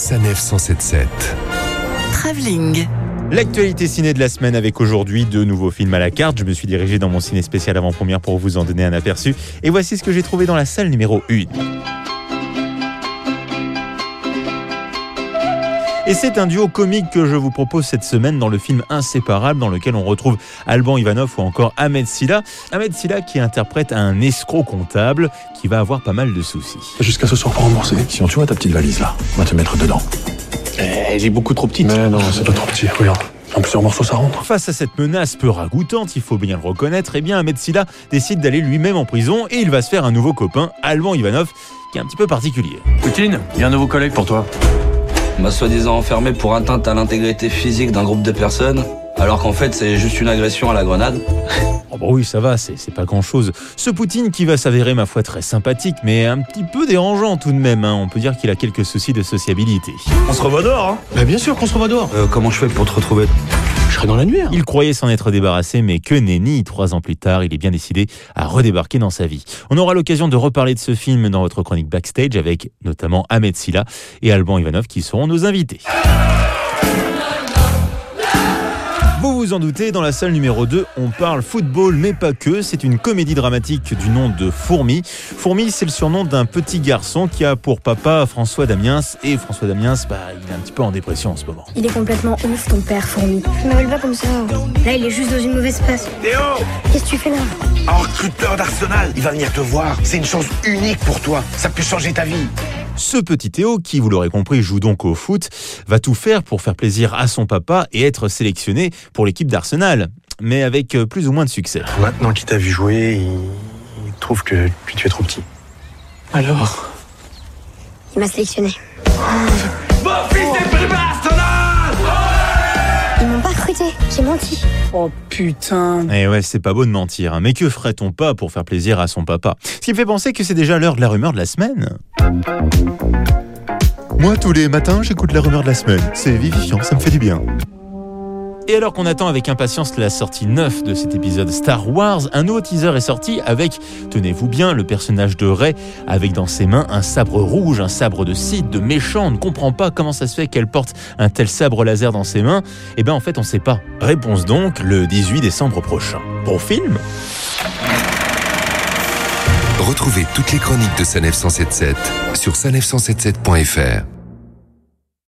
Sanef 177. Travelling. L'actualité ciné de la semaine avec aujourd'hui 2 nouveaux films à la carte. Je me suis dirigé dans mon ciné spécial avant-première pour vous en donner un aperçu. Et voici ce que j'ai trouvé dans la salle numéro 1. Et c'est un duo comique que je vous propose cette semaine dans le film Inséparables, dans lequel on retrouve Alban Ivanov ou encore Ahmed Silla. Ahmed Silla qui interprète un escroc comptable qui va avoir pas mal de soucis. Jusqu'à ce soir pour rembourser. Sinon tu vois ta petite valise là, on va te mettre dedans. J'ai beaucoup trop petite. Mais non, c'est pas trop petit, regarde. En plusieurs morceaux ça rentre. Face à cette menace peu ragoûtante, il faut bien le reconnaître, Ahmed Silla décide d'aller lui-même en prison et il va se faire un nouveau copain, Alban Ivanov, qui est un petit peu particulier. Poutine, il y a un nouveau collègue pour toi. On m'a soi-disant enfermé pour atteinte à l'intégrité physique d'un groupe de personnes, alors qu'en fait c'est juste une agression à la grenade. Oh bah oui, ça va, c'est pas grand-chose. Ce Poutine qui va s'avérer, ma foi, très sympathique, mais un petit peu dérangeant tout de même. On peut dire qu'il a quelques soucis de sociabilité. On se revoit dehors, hein? Bah bien sûr qu'on se revoit dehors. Comment je fais pour te retrouver? Je serai dans la nuit. Il croyait s'en être débarrassé, mais que nenni, 3 ans plus tard, il est bien décidé à redébarquer dans sa vie. On aura l'occasion de reparler de ce film dans votre chronique Backstage avec notamment Ahmed Silla et Alban Ivanov qui seront nos invités. Vous vous en doutez, dans la salle numéro 2, on parle football, mais pas que. C'est une comédie dramatique du nom de Fourmi. Fourmi, c'est le surnom d'un petit garçon qui a pour papa François Damiens. Et François Damiens, il est un petit peu en dépression en ce moment. Il est complètement ouf, ton père, Fourmi. Je m'appelle pas comme ça. Là, il est juste dans une mauvaise passe. Théo! Qu'est-ce que tu fais là? Un recruteur d'Arsenal, il va venir te voir. C'est une chance unique pour toi. Ça peut changer ta vie. Ce petit Théo, qui, vous l'aurez compris, joue donc au foot, va tout faire pour faire plaisir à son papa et être sélectionné pour l'équipe d'Arsenal, mais avec plus ou moins de succès. Maintenant qu'il t'a vu jouer, il trouve que tu es trop petit. Alors? Il m'a sélectionné. Mon fils est primé à Arsenal! Ils m'ont pas recruté, j'ai menti. Oh putain. Et ouais, c'est pas beau de mentir, mais que ferait-on pas pour faire plaisir à son papa? Ce qui me fait penser que c'est déjà l'heure de la rumeur de la semaine. Moi, tous les matins, j'écoute la rumeur de la semaine. C'est vivifiant, ça me fait du bien. Et alors qu'on attend avec impatience la sortie 9 de cet épisode Star Wars, un nouveau teaser est sorti avec, tenez-vous bien, le personnage de Rey avec dans ses mains un sabre rouge, un sabre de Sith, de méchant. On ne comprend pas comment ça se fait qu'elle porte un tel sabre laser dans ses mains. Eh bien en fait on sait pas. Réponse donc le 18 décembre prochain. Bon film ? Retrouvez toutes les chroniques de Sanef 177 sur sanef177.fr.